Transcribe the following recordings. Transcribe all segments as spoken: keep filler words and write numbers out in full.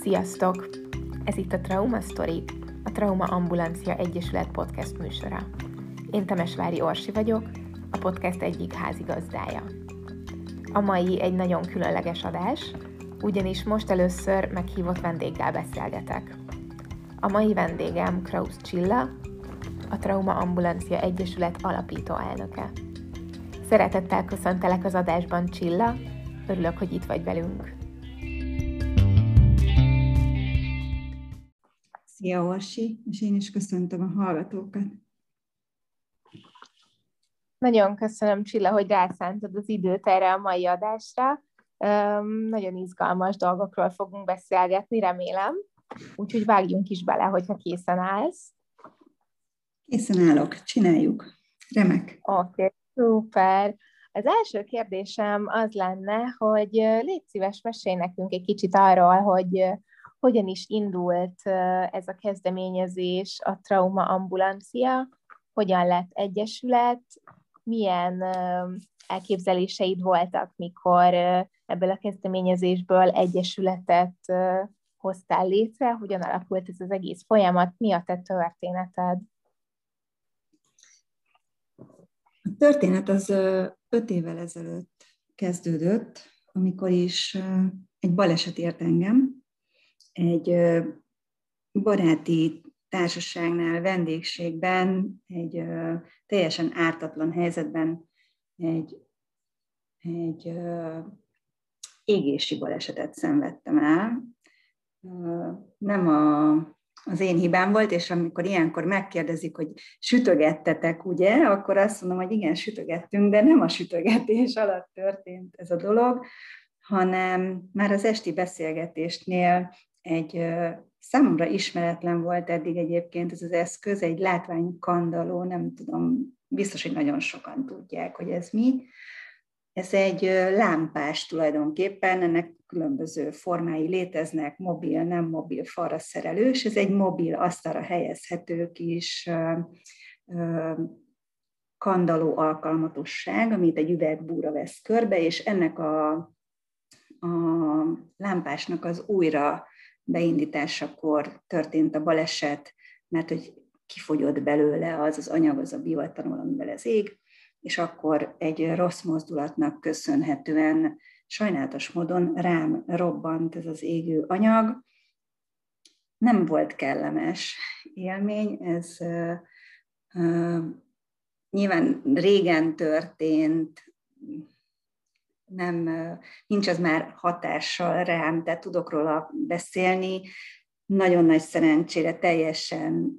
Sziasztok! Ez itt a Trauma Story, a Trauma Ambulancia Egyesület podcast műsora. Én Temesvári Orsi vagyok, a podcast egyik házigazdája. A mai egy nagyon különleges adás, ugyanis most először meghívott vendéggel beszélgetek. A mai vendégem Krausz Csilla, a Trauma Ambulancia Egyesület alapító elnöke. Szeretettel köszöntelek az adásban, Csilla, örülök, hogy itt vagy velünk. Szia, Orsi, és én is köszöntöm a hallgatókat. Nagyon köszönöm, Csilla, hogy rászántad az időt erre a mai adásra. Um, nagyon izgalmas dolgokról fogunk beszélgetni, remélem. Úgyhogy vágjunk is bele, hogyha készen állsz. Készen állok, csináljuk. Remek. Oké, okay, szuper. Az első kérdésem az lenne, hogy légy szíves, mesélj nekünk egy kicsit arról, hogy hogyan is indult ez a kezdeményezés, a Trauma Ambulancia, hogyan lett egyesület, milyen elképzeléseid voltak, mikor ebből a kezdeményezésből egyesületet hoztál létre, hogyan alakult ez az egész folyamat, mi a te történeted? A történet az öt évvel ezelőtt kezdődött, amikor is egy baleset ért engem. Egy baráti társaságnál, vendégségben, egy teljesen ártatlan helyzetben egy, egy égési balesetet szenvedtem el. Nem a, az én hibám volt, és amikor ilyenkor megkérdezik, hogy sütögettetek, ugye, akkor azt mondom, hogy igen, sütögettünk, de nem a sütögetés alatt történt ez a dolog, hanem már az esti beszélgetésnél egy számomra ismeretlen volt eddig egyébként ez az eszköz, egy látványkandalló, nem tudom, biztos, hogy nagyon sokan tudják, hogy ez mi. Ez egy lámpás tulajdonképpen, ennek különböző formái léteznek, mobil, nem mobil, falra szerelős, ez egy mobil, asztalra helyezhető kis kandalló alkalmatosság, amit egy üvegbúra vesz körbe, és ennek a, a lámpásnak az újra beindításakor történt a baleset, mert hogy kifogyott belőle az az anyag, az a bioetanol, amivel ez ég, és akkor egy rossz mozdulatnak köszönhetően sajnálatos módon rám robbant ez az égő anyag. Nem volt kellemes élmény, ez uh, uh, nyilván régen történt, nem, nincs az már hatással rám, tehát tudok róla beszélni. Nagyon nagy szerencsére teljesen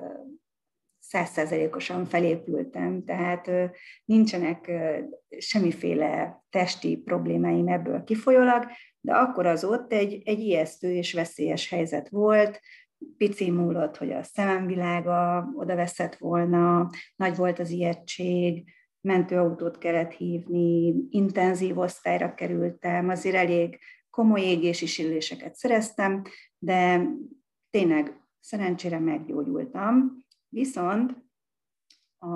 száz százalékosan felépültem, tehát nincsenek semmiféle testi problémáim ebből kifolyólag, de akkor az ott egy, egy ijesztő és veszélyes helyzet volt. Pici múlott, hogy a szememvilága oda veszett volna, nagy volt az ijegység, mentőautót kellett hívni, intenzív osztályra kerültem, azért elég komoly égési sérüléseket szereztem, de tényleg szerencsére meggyógyultam. Viszont a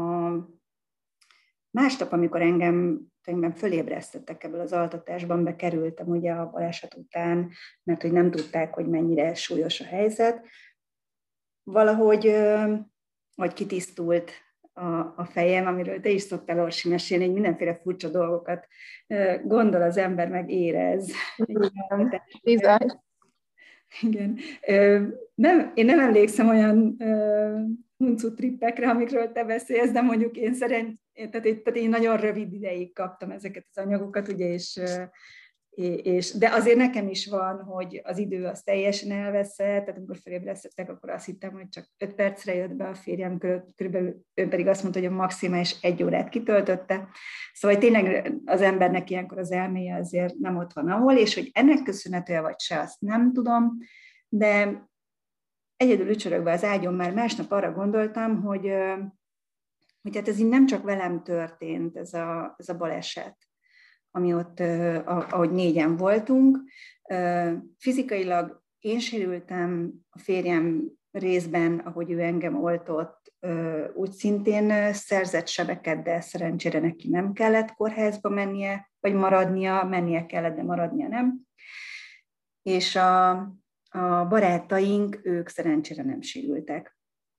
másnap, amikor engem, engem fölébresztettek ebből az altatásban, bekerültem ugye a baleset után, mert hogy nem tudták, hogy mennyire súlyos a helyzet, valahogy hogy kitisztult A, a fejem, amiről te is szoktál, Orsi, mesélni, hogy mindenféle furcsa dolgokat gondol az ember, meg érez. Igen, bizony. Igen. Nem, én nem emlékszem olyan huncu trippekre, amikről te beszélsz, de mondjuk én szerint, tehát én, tehát én nagyon rövid ideig kaptam ezeket az anyagokat, ugye, és, és, de azért nekem is van, hogy az idő az teljesen elveszett, tehát amikor felébresztettek, akkor azt hittem, hogy csak öt percre jött be a férjem, körülbelül ő pedig azt mondta, hogy a maximális egy órát kitöltötte. Szóval tényleg az embernek ilyenkor az elméje azért nem ott van ahol, és hogy ennek köszönhetően vagy se, azt nem tudom, de egyedül ücsörögve az ágyon már másnap arra gondoltam, hogy, hogy hát ez így nem csak velem történt, ez a, ez a baleset, ami ott, ahogy négyen voltunk. Fizikailag én sérültem, a férjem részben, ahogy ő engem oltott, úgy szintén szerzett sebeket, de szerencsére neki nem kellett kórházba mennie, vagy maradnia, mennie kellett, de maradnia nem. És a, a barátaink, ők szerencsére nem sérültek.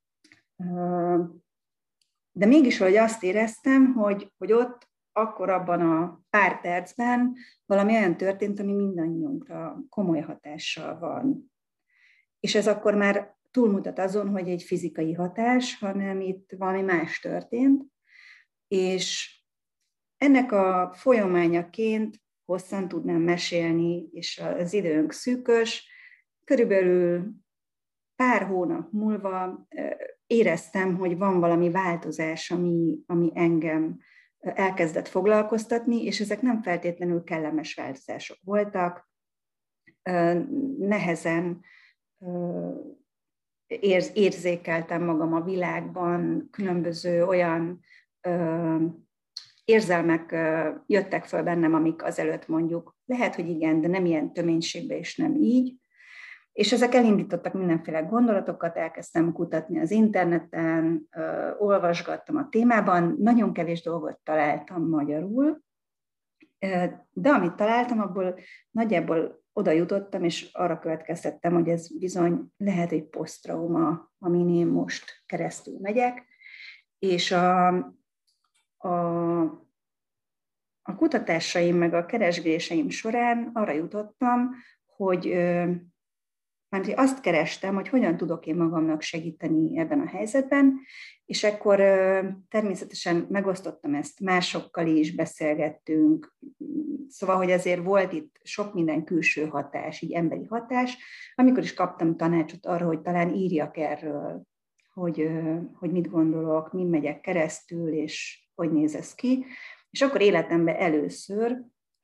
De mégis, hogy azt éreztem, hogy, hogy ott akkor abban a pár percben valami olyan történt, ami mindannyiunkra komoly hatással van. És ez akkor már túlmutat azon, hogy egy fizikai hatás, hanem itt valami más történt. És ennek a folyamányaként hosszan tudnám mesélni, és az időnk szűkös, körülbelül pár hónap múlva éreztem, hogy van valami változás, ami, ami engem elkezdett foglalkoztatni, és ezek nem feltétlenül kellemes változások voltak. Nehezen érzékeltem magam a világban, különböző olyan érzelmek jöttek föl bennem, amik azelőtt mondjuk lehet, hogy igen, de nem ilyen töménységben, és nem így. És ezek elindítottak mindenféle gondolatokat, elkezdtem kutatni az interneten, olvasgattam a témában, nagyon kevés dolgot találtam magyarul, de amit találtam, abból nagyjából oda jutottam, és arra következtettem, hogy ez bizony lehet egy posztrauma, amin én most keresztül megyek, és a, a, a kutatásaim meg a keresgéseim során arra jutottam, hogy mert azt kerestem, hogy hogyan tudok én magamnak segíteni ebben a helyzetben, és akkor természetesen megosztottam ezt másokkal is, beszélgettünk, szóval, hogy azért volt itt sok minden külső hatás, így emberi hatás, amikor is kaptam tanácsot arra, hogy talán írjak erről, hogy, hogy mit gondolok, min megyek keresztül, és hogy néz ez ki, és akkor életemben először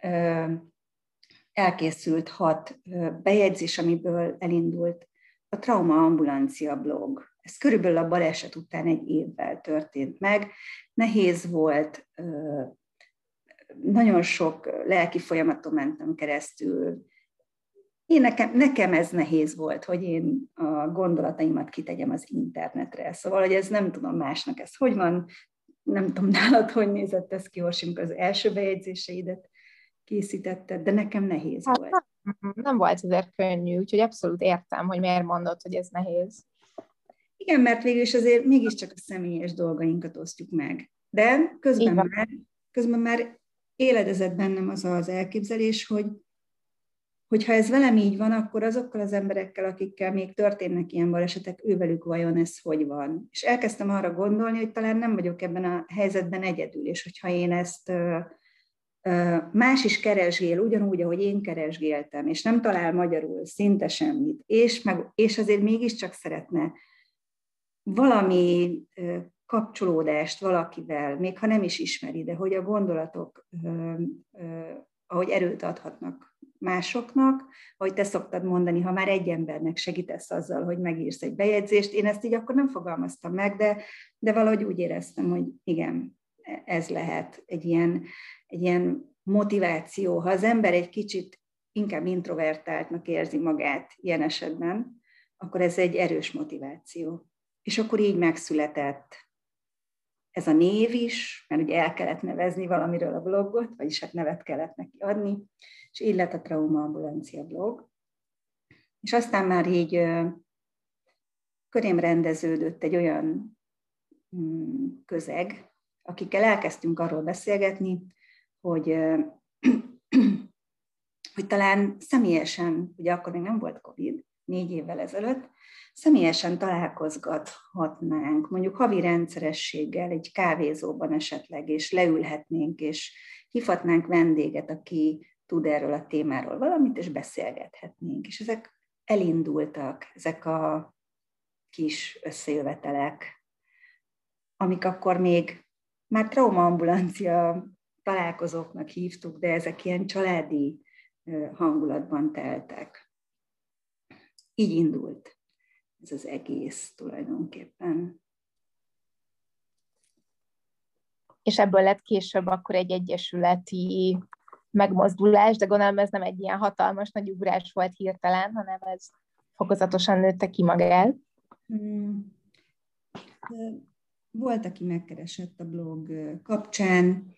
elkészült hat bejegyzés, amiből elindult a Trauma Ambulancia blog. Ez körülbelül a baleset után egy évvel történt meg. Nehéz volt, nagyon sok lelki folyamaton mentem keresztül. Én nekem, nekem ez nehéz volt, hogy én a gondolataimat kitegyem az internetre. Szóval, hogy ez nem tudom másnak, ez hogy van, nem tudom nálad, hogy nézett ez ki, Orsi, amikor az első bejegyzéseidet készítetted, de nekem nehéz hát volt. Nem, nem volt azért könnyű, úgyhogy abszolút értem, hogy miért mondod, hogy ez nehéz. Igen, mert végül is azért mégiscsak a személyes dolgainkat osztjuk meg. De közben már, közben már éledezett bennem az az elképzelés, hogy hogyha ez velem így van, akkor azokkal az emberekkel, akikkel még történnek ilyen balesetek, ővelük vajon ez hogy van. És elkezdtem arra gondolni, hogy talán nem vagyok ebben a helyzetben egyedül, és hogyha én ezt más is keresgél, ugyanúgy, ahogy én keresgéltem, és nem talál magyarul szinte semmit, és, meg, és azért mégiscsak szeretne valami kapcsolódást valakivel, még ha nem is ismeri, de hogy a gondolatok, ahogy erőt adhatnak másoknak, ahogy te szoktad mondani, ha már egy embernek segítesz azzal, hogy megírsz egy bejegyzést, én ezt így akkor nem fogalmaztam meg, de, de valahogy úgy éreztem, hogy igen, ez lehet egy ilyen, egy ilyen motiváció. Ha az ember egy kicsit inkább introvertáltnak érzi magát ilyen esetben, akkor ez egy erős motiváció. És akkor így megszületett ez a név is, mert ugye el kellett nevezni valamiről a blogot, vagyis hát nevet kellett neki adni, és így lett a Trauma Ambulancia blog. És aztán már így körém rendeződött egy olyan közeg, akikkel elkezdtünk arról beszélgetni, hogy, hogy talán személyesen, ugye akkor még nem volt Covid, négy évvel ezelőtt, személyesen találkozgathatnánk, mondjuk havi rendszerességgel egy kávézóban esetleg, és leülhetnénk, és hívhatnánk vendéget, aki tud erről a témáról valamit, és beszélgethetnénk. És ezek elindultak, ezek a kis összejövetelek, amik akkor még már traumaambulancia találkozóknak hívtuk, de ezek ilyen családi hangulatban teltek. Így indult ez az egész tulajdonképpen. És ebből lett később akkor egy egyesületi megmozdulás, de gondolom ez nem egy ilyen hatalmas nagy ugrás volt hirtelen, hanem ez fokozatosan nőtte ki magát. Hmm. Volt, aki megkeresett a blog kapcsán,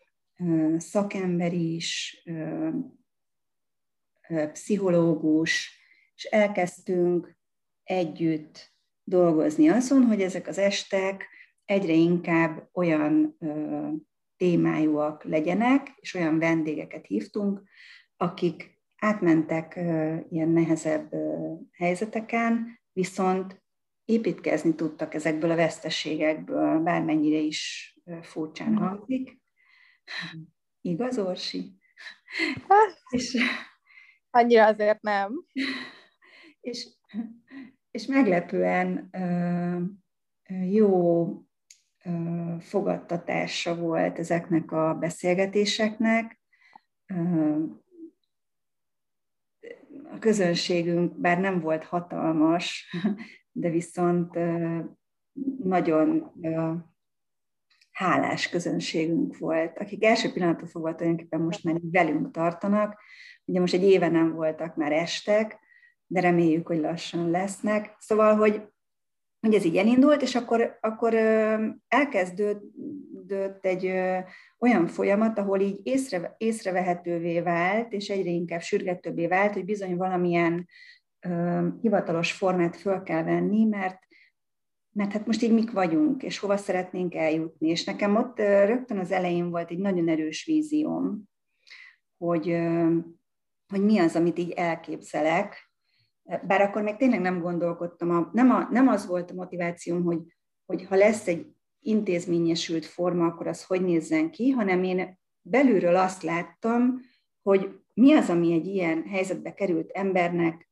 szakember is, pszichológus, és elkezdtünk együtt dolgozni azon, hogy ezek az estek egyre inkább olyan ö, témájúak legyenek, és olyan vendégeket hívtunk, akik átmentek ö, ilyen nehezebb ö, helyzeteken, viszont építkezni tudtak ezekből a veszteségekből, bármennyire is ö, furcsán hangzik. Igaz, Orsi? és, Annyira azért nem. És, és meglepően ö, jó ö, fogadtatása volt ezeknek a beszélgetéseknek. Ö, a közönségünk bár nem volt hatalmas, de viszont ö, nagyon ö, hálás közönségünk volt, akik első pillanattól fogva tulajdonképpen most már velünk tartanak. Ugye most egy éve nem voltak már estek, de reméljük, hogy lassan lesznek. Szóval, hogy, hogy ez így elindult, és akkor, akkor elkezdődött egy olyan folyamat, ahol így észre, észrevehetővé vált, és egyre inkább sürgetőbbé vált, hogy bizony valamilyen ö, hivatalos formát föl kell venni, mert mert hát most így mik vagyunk, és hova szeretnénk eljutni. És nekem ott rögtön az elején volt egy nagyon erős vízióm, hogy, hogy mi az, amit így elképzelek. Bár akkor még tényleg nem gondolkodtam, a, nem, a, nem az volt a motivációm, hogy, hogy ha lesz egy intézményesült forma, akkor az hogy nézzen ki, hanem én belülről azt láttam, hogy mi az, ami egy ilyen helyzetbe került embernek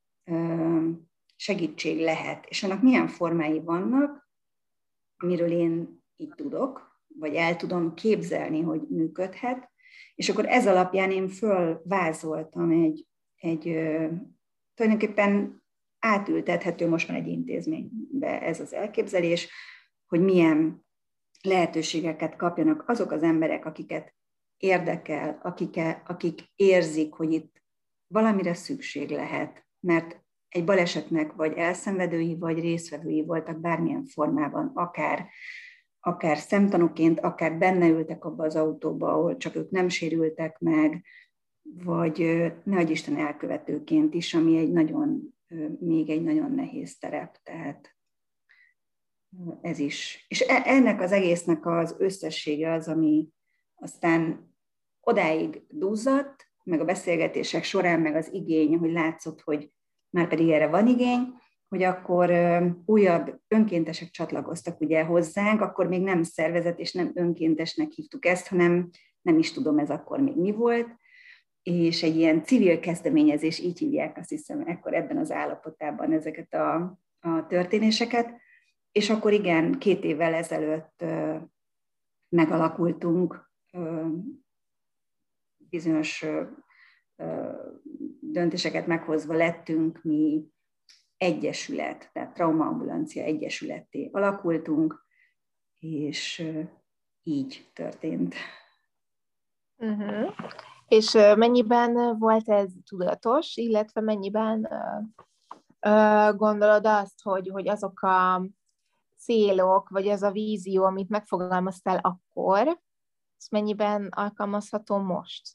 segítség lehet, és annak milyen formái vannak, amiről én így tudok, vagy el tudom képzelni, hogy működhet, és akkor ez alapján én fölvázoltam egy, egy tulajdonképpen átültethető most már egy intézménybe ez az elképzelés, hogy milyen lehetőségeket kapjanak azok az emberek, akiket érdekel, akik, akik érzik, hogy itt valamire szükség lehet, mert egy balesetnek vagy elszenvedői, vagy résztvevői voltak bármilyen formában, akár, akár szemtanúként, akár benne ültek abba az autóba, ahol csak ők nem sérültek meg, vagy ne adj Isten elkövetőként is, ami egy nagyon, még egy nagyon nehéz terep. Tehát ez is. És ennek az egésznek az összessége az, ami aztán odáig duzzadt, meg a beszélgetések során, meg az igény, hogy látszott, hogy már pedig erre van igény, hogy akkor újabb önkéntesek csatlakoztak ugye hozzánk, akkor még nem szervezet és nem önkéntesnek hívtuk ezt, hanem nem is tudom, ez akkor még mi volt, és egy ilyen civil kezdeményezés, így hívják, azt hiszem, ekkor ebben az állapotában ezeket a, a történéseket, és akkor igen, két évvel ezelőtt megalakultunk bizonyos döntéseket meghozva lettünk mi egyesület, tehát Traumaambulancia Egyesületté alakultunk, és így történt. Uh-huh. És mennyiben volt ez tudatos, illetve mennyiben uh, uh, gondolod azt, hogy, hogy azok a célok, vagy az a vízió, amit megfogalmaztál akkor, az mennyiben alkalmazható most?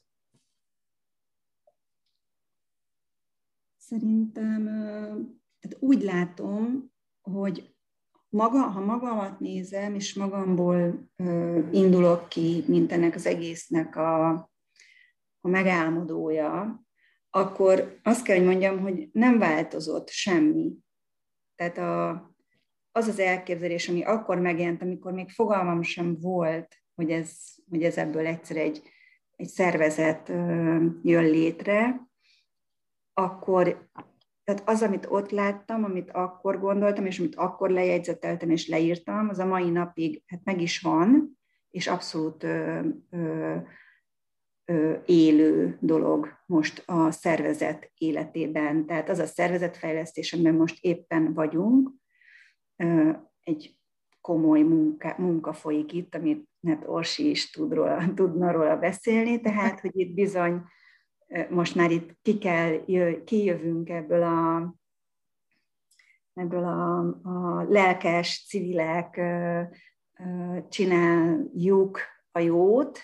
Szerintem tehát úgy látom, hogy maga, ha magamat nézem, és magamból indulok ki, mint ennek az egésznek a, a megálmodója, akkor azt kell, hogy mondjam, hogy nem változott semmi. Tehát a, az az elképzelés, ami akkor megjelent, amikor még fogalmam sem volt, hogy ez, hogy ez ebből egyszer egy, egy szervezet jön létre, akkor, tehát az, amit ott láttam, amit akkor gondoltam, és amit akkor lejegyzeteltem és leírtam, az a mai napig hát meg is van, és abszolút ö, ö, ö, élő dolog most a szervezet életében. Tehát az a szervezetfejlesztés, amiben most éppen vagyunk, ö, egy komoly munka, munka folyik itt, amit hát Orsi is tud róla, tudna róla beszélni, tehát, hogy itt bizony most már itt ki kell, kijövünk ebből a, ebből a, a lelkes civilek, csináljuk a jót,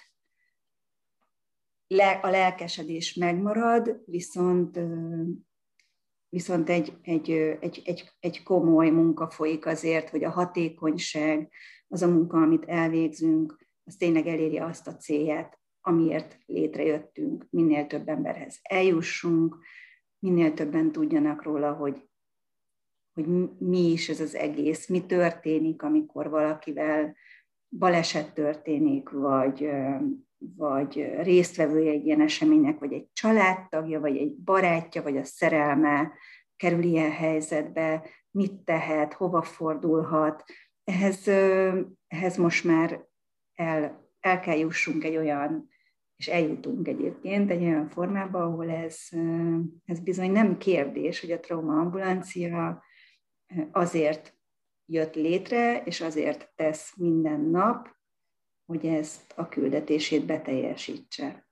a lelkesedés megmarad, viszont viszont egy, egy, egy, egy, egy komoly munka folyik azért, hogy a hatékonyság, az a munka, amit elvégzünk, az tényleg elérje azt a célját, amiért létrejöttünk, minél több emberhez eljussunk, minél többen tudjanak róla, hogy, hogy mi is ez az egész, mi történik, amikor valakivel baleset történik, vagy, vagy résztvevője egy ilyen eseménynek, vagy egy családtagja, vagy egy barátja, vagy a szerelme kerül ilyen helyzetbe, mit tehet, hova fordulhat. Ehhez, ehhez most már el, el kell jussunk egy olyan, és eljutunk egyébként egy olyan formába, ahol ez, ez bizony nem kérdés, hogy a traumaambulancia azért jött létre, és azért tesz minden nap, hogy ezt a küldetését beteljesítse.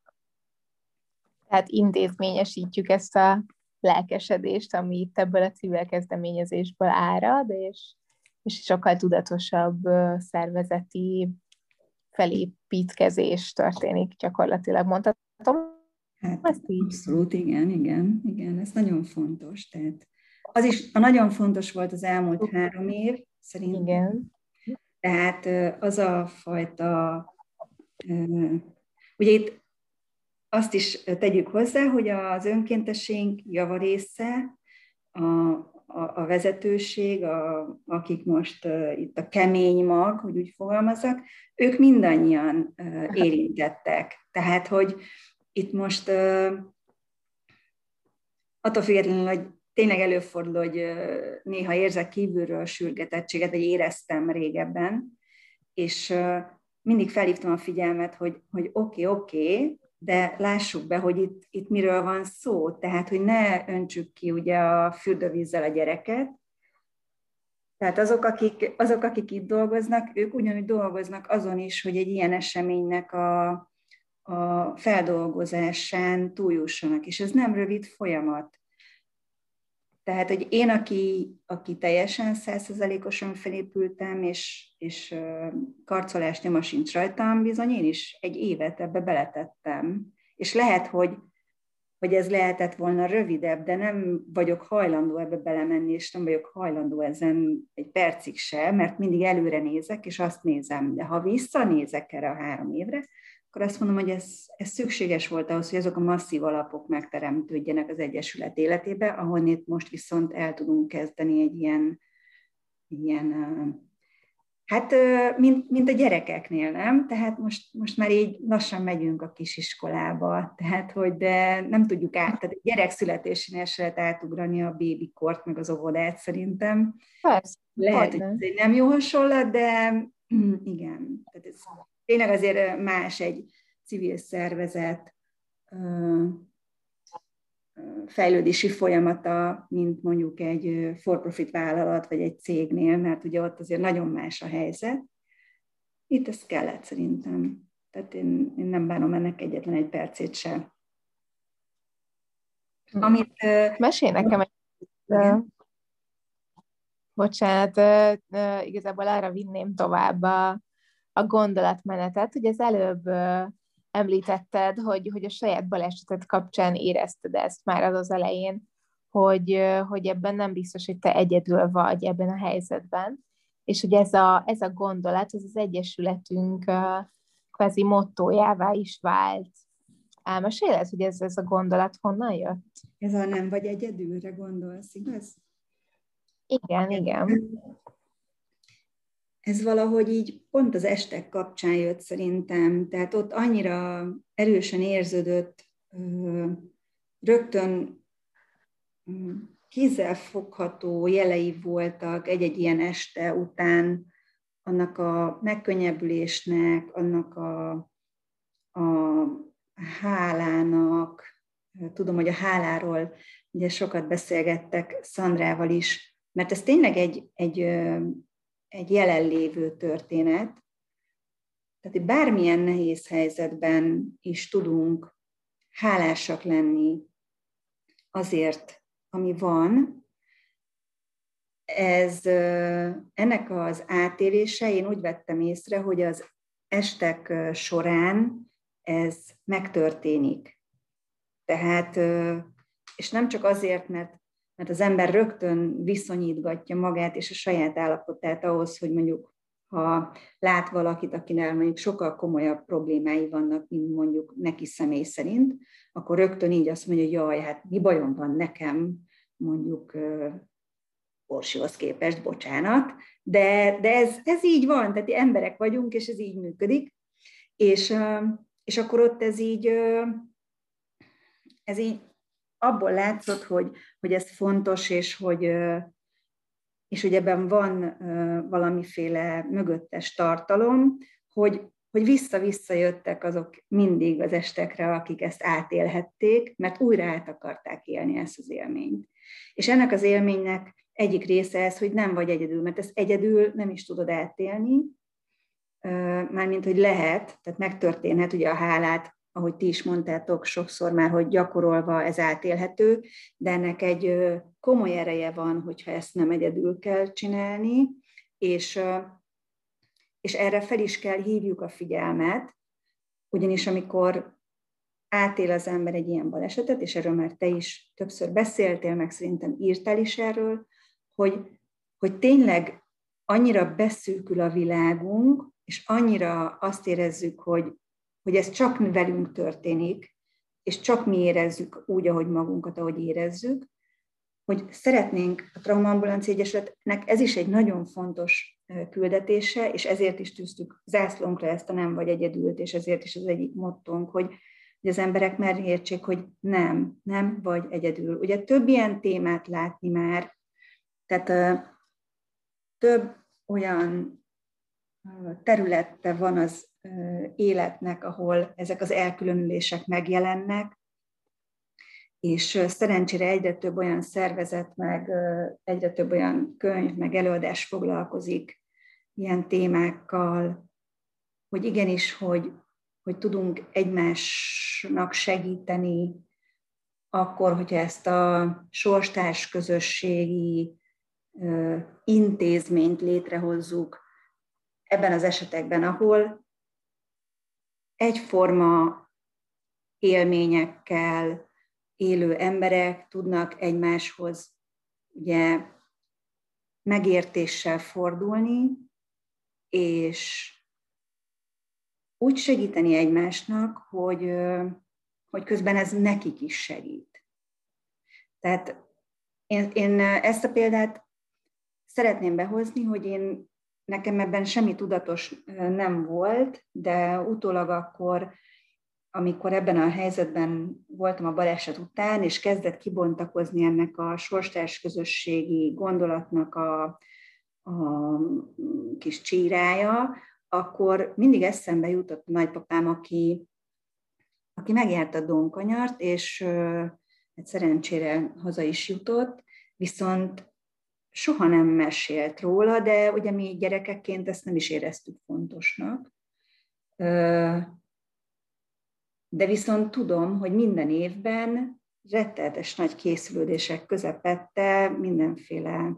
Tehát intézményesítjük ezt a lelkesedést, ami itt ebből a civil kezdeményezésből árad, és, és sokkal tudatosabb szervezeti felépítkezés történik gyakorlatilag, mondhatom. Hát abszolút, igen, igen, igen, ez nagyon fontos. Tehát az is a nagyon fontos volt az elmúlt három év, szerintem. Igen. Tehát az a fajta, ugye itt azt is tegyük hozzá, hogy az önkéntesség javarésze, a, a, a vezetőség, a, akik most uh, itt a kemény mag, hogy úgy fogalmazzak, ők mindannyian uh, érintettek. Tehát, hogy itt most uh, attól függetlenül, hogy tényleg előfordul, hogy uh, néha érzek kívülről sürgetettséget, vagy éreztem régebben, és uh, mindig felhívtam a figyelmet, hogy hogy oké, oké, de lássuk be, hogy itt, itt miről van szó, tehát, hogy ne öntsük ki ugye a fürdővízzel a gyereket. Tehát azok akik, azok, akik itt dolgoznak, ők ugyanúgy dolgoznak azon is, hogy egy ilyen eseménynek a, a feldolgozásán túljussanak, és ez nem rövid folyamat. Tehát, hogy én, aki, aki teljesen százszerzalékosan felépültem, és, és karcolás nyoma sincs rajtam, bizony én is egy évet ebbe beletettem. És lehet, hogy, hogy ez lehetett volna rövidebb, de nem vagyok hajlandó ebbe belemenni, és nem vagyok hajlandó ezen egy percig se, mert mindig előre nézek, és azt nézem. De ha visszanézek erre a három évre, akkor azt mondom, hogy ez, ez szükséges volt ahhoz, hogy azok a masszív alapok megteremtődjenek az Egyesület életébe, ahonnét most viszont el tudunk kezdeni egy ilyen, ilyen hát mint, mint a gyerekeknél, nem? Tehát most, most már így lassan megyünk a kisiskolába, tehát hogy de nem tudjuk át, tehát a gyerek születésénél se lehet átugrani a bébikort, meg az óvodát szerintem. Persze. Lehet, hogy ez egy nem jó hasonlat, de igen, tehát ez tényleg azért más egy civil szervezet fejlődési folyamata, mint mondjuk egy for-profit vállalat, vagy egy cégnél, mert ugye ott azért nagyon más a helyzet. Itt ez kellett szerintem. Tehát én, én nem bánom ennek egyetlen egy percét sem. Amit, Mesélj nekem egy... Uh, bocsánat, uh, uh, igazából arra vinném tovább a, a gondolatmenetet, hogy az előbb uh, említetted, hogy, hogy a saját baleseted kapcsán érezted ezt már az az elején, hogy, hogy ebben nem biztos, hogy te egyedül vagy ebben a helyzetben, és hogy ez a, ez a gondolat, ez az Egyesületünk kvázi mottójává is vált. Elmeséled, hogy ez, ez a gondolat honnan jött? Ez a nem vagy egyedülre gondolsz, igaz? Igen, igen. Ez valahogy így pont az estek kapcsán jött szerintem, tehát ott annyira erősen érződött, rögtön kézzelfogható jelei voltak egy-egy ilyen este után annak a megkönnyebbülésnek, annak a, a hálának. Tudom, hogy a háláról ugye sokat beszélgettek Szandrával is, mert ez tényleg egy, egy egy jelenlévő történet. Tehát, hogy bármilyen nehéz helyzetben is tudunk hálásak lenni azért, ami van. Ez, ennek az átélése, én úgy vettem észre, hogy az estek során ez megtörténik. Tehát, és nem csak azért, mert mert az ember rögtön viszonyítgatja magát és a saját állapotát ahhoz, hogy mondjuk, ha lát valakit, akinek mondjuk sokkal komolyabb problémái vannak, mint mondjuk neki személy szerint, akkor rögtön így azt mondja, hogy jaj, hát mi bajom van nekem, mondjuk Orsihoz képest, bocsánat, de, de ez, ez így van, tehát emberek vagyunk, és ez így működik, és, és akkor ott ez így, ez így abból látszott, hogy, hogy ez fontos, és hogy, és hogy ebben van valamiféle mögöttes tartalom, hogy, hogy vissza-vissza jöttek azok mindig az estekre, akik ezt átélhették, mert újra át akarták élni ezt az élményt. És ennek az élménynek egyik része ez, hogy nem vagy egyedül, mert ezt egyedül nem is tudod átélni, mármint, hogy lehet, tehát megtörténhet, ugye a hálát, ahogy ti is mondtátok sokszor már, hogy gyakorolva ez átélhető, de ennek egy komoly ereje van, hogyha ezt nem egyedül kell csinálni, és, és erre fel is kell hívjuk a figyelmet, ugyanis amikor átél az ember egy ilyen balesetet, és erről már te is többször beszéltél, meg szerintem írtál is erről, hogy, hogy tényleg annyira beszűkül a világunk, és annyira azt érezzük, hogy, hogy ez csak velünk történik, és csak mi érezzük úgy, ahogy magunkat, ahogy érezzük, hogy szeretnénk a Traumaambulancia Egyesületnek, ez is egy nagyon fontos küldetése, és ezért is tűztük zászlónkra ezt a nem vagy egyedült, és ezért is az egyik mottónk, hogy, hogy az emberek már értsék, hogy nem, nem vagy egyedül. Ugye több ilyen témát látni már, tehát uh, több olyan területe van az uh, életnek, ahol ezek az elkülönülések megjelennek, és uh, szerencsére egyre több olyan szervezet, meg uh, egyre több olyan könyv, meg előadás foglalkozik ilyen témákkal, hogy igenis, hogy, hogy tudunk egymásnak segíteni, akkor, hogyha ezt a sorstárs közösségi uh, intézményt létrehozzuk ebben az esetekben, ahol egyforma élményekkel élő emberek tudnak egymáshoz ugye megértéssel fordulni, és úgy segíteni egymásnak, hogy, hogy közben ez nekik is segít. Tehát én, én ezt a példát szeretném behozni, hogy én, nekem ebben semmi tudatos nem volt, de utólag akkor, amikor ebben a helyzetben voltam a baleset után, és kezdett kibontakozni ennek a sorstárs közösségi gondolatnak a, a kis csírája, akkor mindig eszembe jutott a nagypapám, aki, aki megjárta Donkanyart, és hát szerencsére haza is jutott, viszont soha nem mesélt róla, de ugye mi gyerekekként ezt nem is éreztük fontosnak. De viszont tudom, hogy minden évben rettenetes nagy készülődések közepette mindenféle,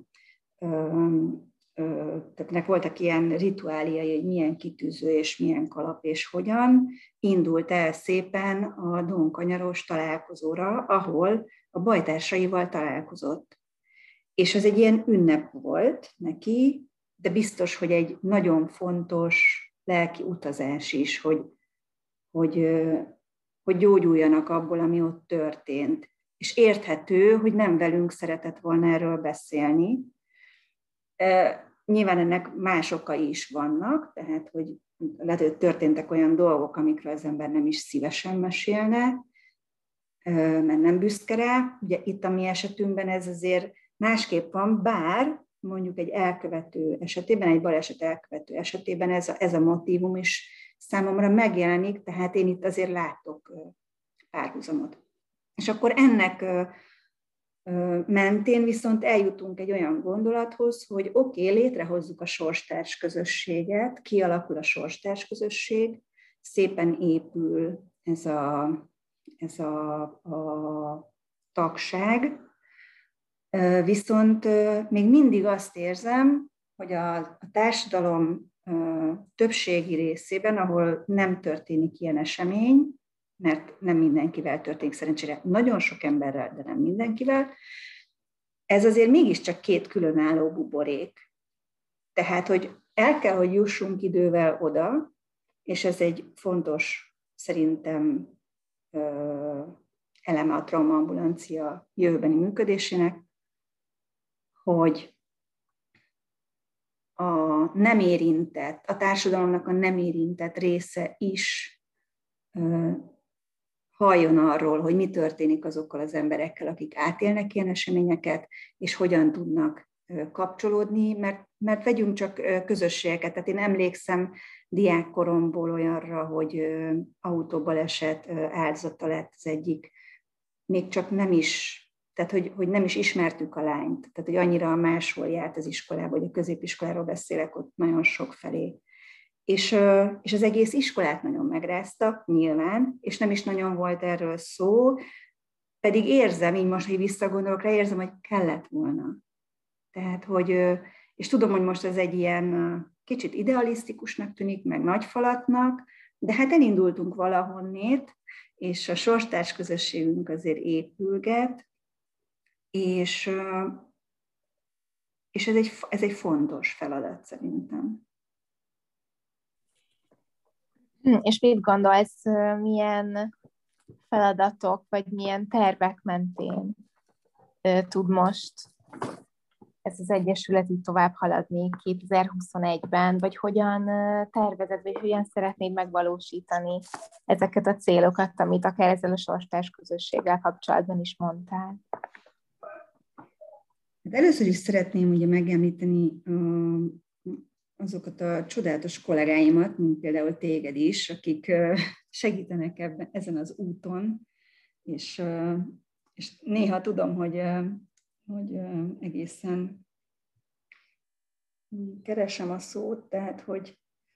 tehát nek voltak ilyen rituáliai, hogy milyen kitűző és milyen kalap és hogyan, indult el szépen a Donkanyaros találkozóra, ahol a bajtársaival találkozott. És ez egy ilyen ünnep volt neki, de biztos, hogy egy nagyon fontos lelki utazás is, hogy, hogy, hogy gyógyuljanak abból, ami ott történt. És érthető, hogy nem velünk szeretett volna erről beszélni. Nyilván ennek más okai is vannak, tehát, hogy lehet, hogy történtek olyan dolgok, amikről az ember nem is szívesen mesélne, mert nem büszke rá. Ugye itt a mi esetünkben ez azért másképp van, bár mondjuk egy elkövető esetében, egy baleset elkövető esetében ez a, ez a motívum is számomra megjelenik, tehát én itt azért látok párhuzamot. És akkor ennek mentén viszont eljutunk egy olyan gondolathoz, hogy oké, okay, létrehozzuk a sorstárs közösséget, kialakul a sorstárs közösség, szépen épül ez a, ez a, a tagság, viszont még mindig azt érzem, hogy a, a társadalom többségi részében, ahol nem történik ilyen esemény, mert nem mindenkivel történik szerencsére, nagyon sok emberrel, de nem mindenkivel, ez azért mégiscsak két különálló buborék. Tehát, hogy el kell, hogy jussunk idővel oda, és ez egy fontos, szerintem, eleme a traumaambulancia jövőbeni működésének, hogy a nem érintett, a társadalomnak a nem érintett része is halljon arról, hogy mi történik azokkal az emberekkel, akik átélnek ilyen eseményeket, és hogyan tudnak kapcsolódni, mert, mert vegyünk csak közösségeket. Tehát én emlékszem diákkoromból olyanra, hogy autóbaleset áldozata lett az egyik, még csak nem is, tehát hogy, hogy nem is ismertük a lányt, tehát hogy annyira máshol járt az iskolába, hogy a középiskoláról beszélek, ott nagyon sok felé. És, és az egész iskolát nagyon megráztak, nyilván, és nem is nagyon volt erről szó, pedig érzem, így most, hogy visszagondolok rá, érzem, hogy kellett volna. Tehát, hogy, és tudom, hogy most ez egy ilyen kicsit idealisztikusnak tűnik, meg nagyfalatnak, de hát elindultunk valahonnét, és a sorstárs közösségünk azért épülget, és, és ez, egy, ez egy fontos feladat szerintem. És mit gondolsz, milyen feladatok, vagy milyen tervek mentén tud most ez az egyesület így tovább haladni kétezer-huszonegyben, vagy hogyan tervezed, vagy hogyan szeretnéd megvalósítani ezeket a célokat, amit akár ezzel a sorstárs közösséggel kapcsolatban is mondtál? Hát először is szeretném ugye megemlíteni azokat a csodálatos kollégáimat, mint például téged is, akik segítenek ebben, ezen az úton, és, és néha tudom, hogy, hogy egészen keresem a szót, tehát, hogy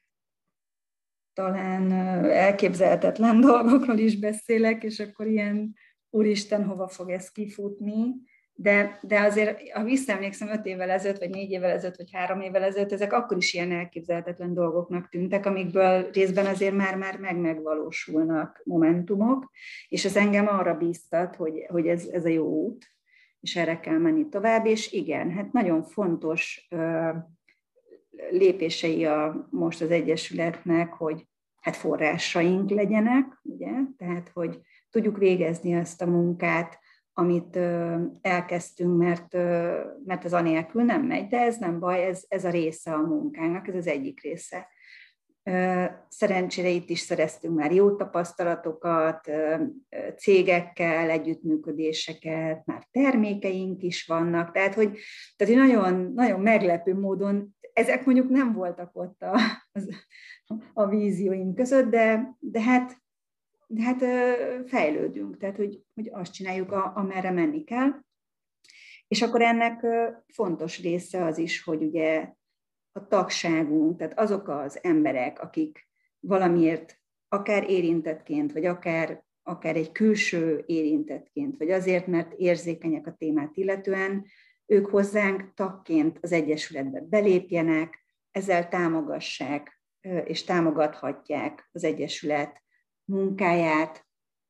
talán elképzelhetetlen dolgokról is beszélek, és akkor ilyen, úristen, hova fog ez kifutni, de, de azért, ha visszaemlékszem öt évvel ezelőtt, vagy négy évvel ezelőtt, vagy három évvel ezelőtt, ezek akkor is ilyen elképzelhetetlen dolgoknak tűntek, amikből részben azért már-már meg-megvalósulnak momentumok, és ez engem arra bíztat, hogy, hogy ez, ez a jó út, és erre kell menni tovább, és igen, hát nagyon fontos uh, lépései a, most az Egyesületnek, hogy hát forrásaink legyenek, ugye, tehát, hogy tudjuk végezni azt a munkát, amit elkezdtünk, mert, mert az anélkül nem megy, de ez nem baj, ez, ez a része a munkának, ez az egyik része. Szerencsére itt is szereztünk már jó tapasztalatokat, cégekkel, együttműködéseket, már termékeink is vannak, tehát hogy, tehát, hogy nagyon, nagyon meglepő módon, ezek mondjuk nem voltak ott a, a vízióink között, de, de hát de hát fejlődünk, tehát hogy, hogy azt csináljuk, amerre menni kell. És akkor ennek fontos része az is, hogy ugye a tagságunk, tehát azok az emberek, akik valamiért akár érintettként, vagy akár, akár egy külső érintettként, vagy azért, mert érzékenyek a témát illetően, ők hozzánk tagként az Egyesületbe belépjenek, ezzel támogassák és támogathatják az Egyesület munkáját.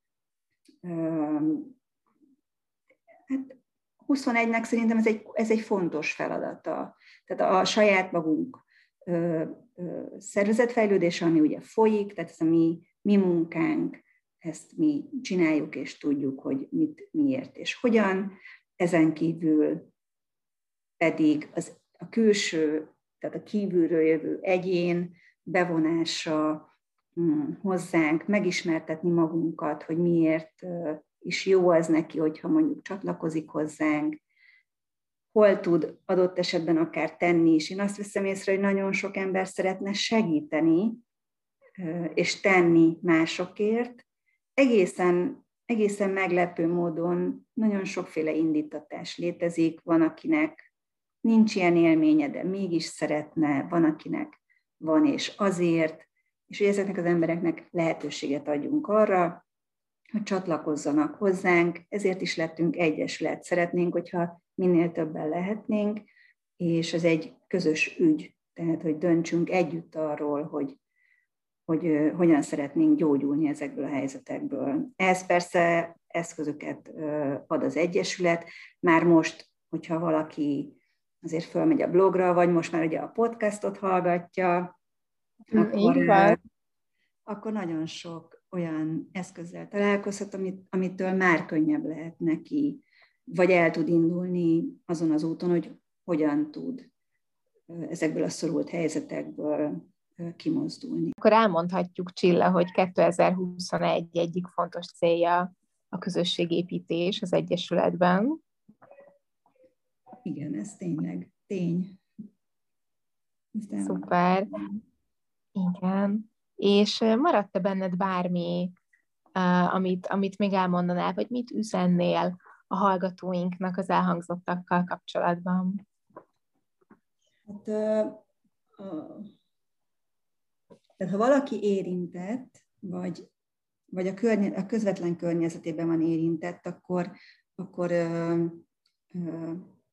Hát huszonegynek szerintem ez egy, ez egy fontos feladata. Tehát a saját magunk szervezetfejlődése, ami ugye folyik, tehát ez a mi, mi munkánk, ezt mi csináljuk és tudjuk, hogy mit, miért és hogyan. Ezen kívül pedig az, a külső, tehát a kívülről jövő egyén bevonása hozzánk, megismertetni magunkat, hogy miért is jó az neki, hogyha mondjuk csatlakozik hozzánk, hol tud adott esetben akár tenni is. Én azt veszem észre, hogy nagyon sok ember szeretne segíteni és tenni másokért. Egészen, egészen meglepő módon nagyon sokféle indítatás létezik, van, akinek nincs ilyen élménye, de mégis szeretne, van, akinek van és azért, és hogy ezeknek az embereknek lehetőséget adjunk arra, hogy csatlakozzanak hozzánk, ezért is lettünk egyesület. Szeretnénk, hogyha minél többen lehetnénk, és ez egy közös ügy, tehát hogy döntsünk együtt arról, hogy, hogy hogyan szeretnénk gyógyulni ezekből a helyzetekből. Ez persze eszközöket ad az Egyesület, már most, hogyha valaki azért fölmegy a blogra, vagy most már ugye a podcastot hallgatja, akkor, akkor nagyon sok olyan eszközzel találkozhat, amit, amitől már könnyebb lehet neki, vagy el tud indulni azon az úton, hogy hogyan tud ezekből a szorult helyzetekből kimozdulni. Akkor elmondhatjuk, Csilla, hogy kétezer-huszonegy egyik fontos célja a közösségépítés az Egyesületben. Igen, ez tényleg tény. Szuper. Igen. És maradt-e benned bármi, amit, amit még elmondanál, vagy mit üzennél a hallgatóinknak az elhangzottakkal kapcsolatban? Hát, uh, uh, tehát ha valaki érintett, vagy, vagy a, környe, a közvetlen környezetében van érintett, akkor, akkor uh, uh,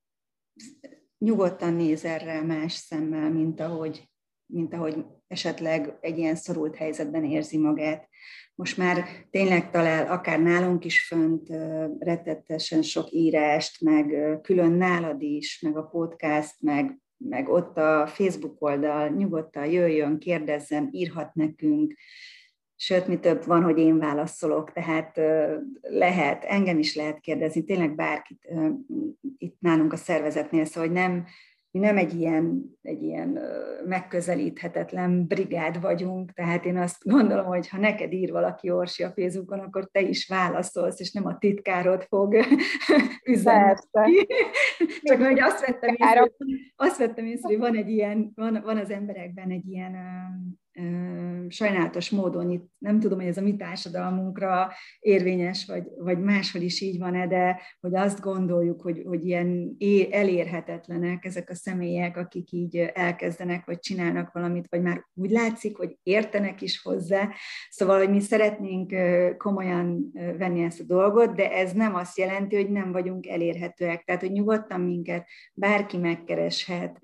nyugodtan néz erre más szemmel, mint ahogy, mint ahogy esetleg egy ilyen szorult helyzetben érzi magát. Most már tényleg talál akár nálunk is fönt rettetesen sok írást, meg külön nálad is, meg a podcast, meg, meg ott a Facebook oldal, nyugodtan jöjjön, kérdezzen, írhat nekünk, sőt, mi több van, hogy én válaszolok, tehát lehet, engem is lehet kérdezni, tényleg bárkit itt nálunk a szervezetnél, szóval hogy nem, mi nem egy ilyen, egy ilyen megközelíthetetlen brigád vagyunk, tehát én azt gondolom, hogy ha neked ír valaki, Orsi, a Facebookon, akkor te is válaszolsz, és nem a titkárod fog üzenni. Csak hogy azt vettem észre, azt vettem észre, hogy van egy ilyen, van, van az emberekben egy ilyen ö, ö, sajnálatos módon, itt nem tudom, hogy ez a mi társadalmunkra érvényes, vagy, vagy máshol is így van-e, de hogy azt gondoljuk, hogy, hogy ilyen elérhetetlenek ezek a személyek, akik így elkezdenek, vagy csinálnak valamit, vagy már úgy látszik, hogy értenek is hozzá. Szóval, hogy mi szeretnénk komolyan venni ezt a dolgot, de ez nem azt jelenti, hogy nem vagyunk elérhetőek. Tehát, hogy nyugodtan minket bárki megkereshet,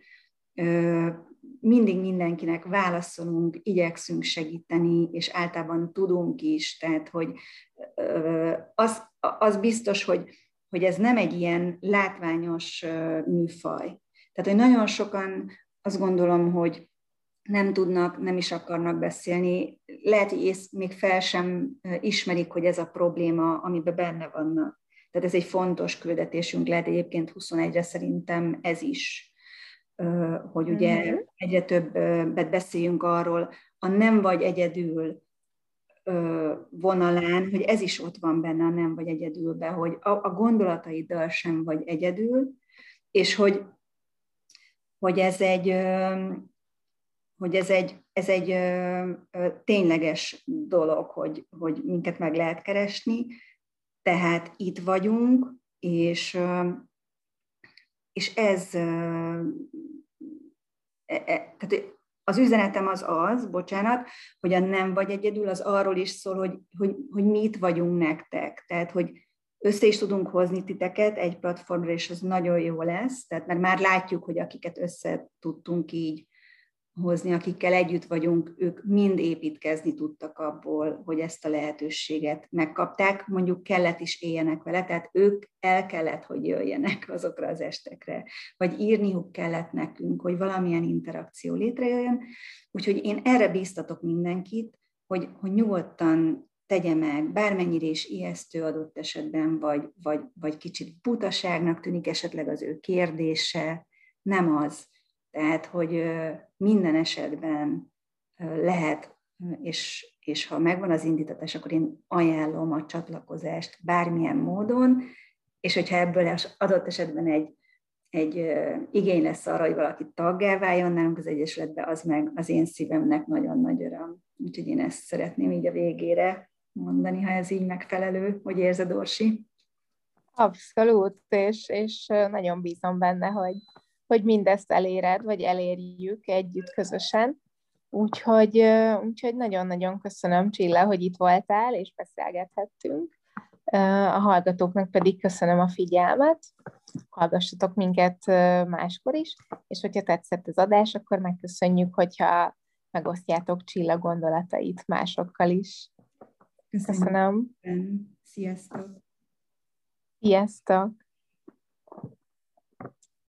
mindig mindenkinek válaszolunk, igyekszünk segíteni, és általában tudunk is. Tehát, hogy az, az biztos, hogy, hogy ez nem egy ilyen látványos műfaj. Tehát, hogy nagyon sokan azt gondolom, hogy nem tudnak, nem is akarnak beszélni. Lehet, hogy ész, még fel sem ismerik, hogy ez a probléma, amiben benne vannak. Tehát ez egy fontos küldetésünk lehet egyébként huszonegyre szerintem ez is, hogy ugye mm-hmm. egyre többet beszéljünk arról, a nem vagy egyedül vonalán, hogy ez is ott van benne a nem vagy egyedülben, hogy a, a gondolataiddal sem vagy egyedül, és hogy, hogy ez egy, hogy ez egy, ez egy tényleges dolog, hogy, hogy minket meg lehet keresni, tehát itt vagyunk, és, és ez, tehát az üzenetem az az, bocsánat, hogy a nem vagy egyedül, az arról is szól, hogy, hogy, hogy mi itt vagyunk nektek, tehát hogy össze is tudunk hozni titeket egy platformra, és az nagyon jó lesz, tehát mert már látjuk, hogy akiket össze tudtunk így hozni, akikkel együtt vagyunk, ők mind építkezni tudtak abból, hogy ezt a lehetőséget megkapták, mondjuk kellett is éljenek vele, tehát ők el kellett, hogy jöjjenek azokra az estekre, vagy írniuk kellett nekünk, hogy valamilyen interakció létrejöjjön. Úgyhogy én erre bíztatok mindenkit, hogy, hogy nyugodtan tegye meg, bármennyire is ijesztő adott esetben, vagy, vagy, vagy kicsit butaságnak tűnik esetleg az ő kérdése, nem az. Tehát, hogy minden esetben lehet, és, és ha megvan az indítatás, akkor én ajánlom a csatlakozást bármilyen módon, és hogyha ebből adott esetben egy, egy igény lesz arra, hogy valaki taggá váljon nálunk az Egyesületbe, az meg az én szívemnek nagyon nagy öröm. Úgyhogy én ezt szeretném így a végére mondani, ha ez így megfelelő. Hogy érzed, Orsi? Abszolút, és, és nagyon bízom benne, hogy hogy mindezt eléred, vagy elérjük együtt közösen. Úgyhogy, úgyhogy nagyon-nagyon köszönöm, Csilla, hogy itt voltál, és beszélgethettünk. A hallgatóknak pedig köszönöm a figyelmet. Hallgassatok minket máskor is, és hogyha tetszett az adás, akkor megköszönjük, hogyha megosztjátok Csilla gondolatait másokkal is. Köszönöm. Köszönöm. Sziasztok! Sziasztok!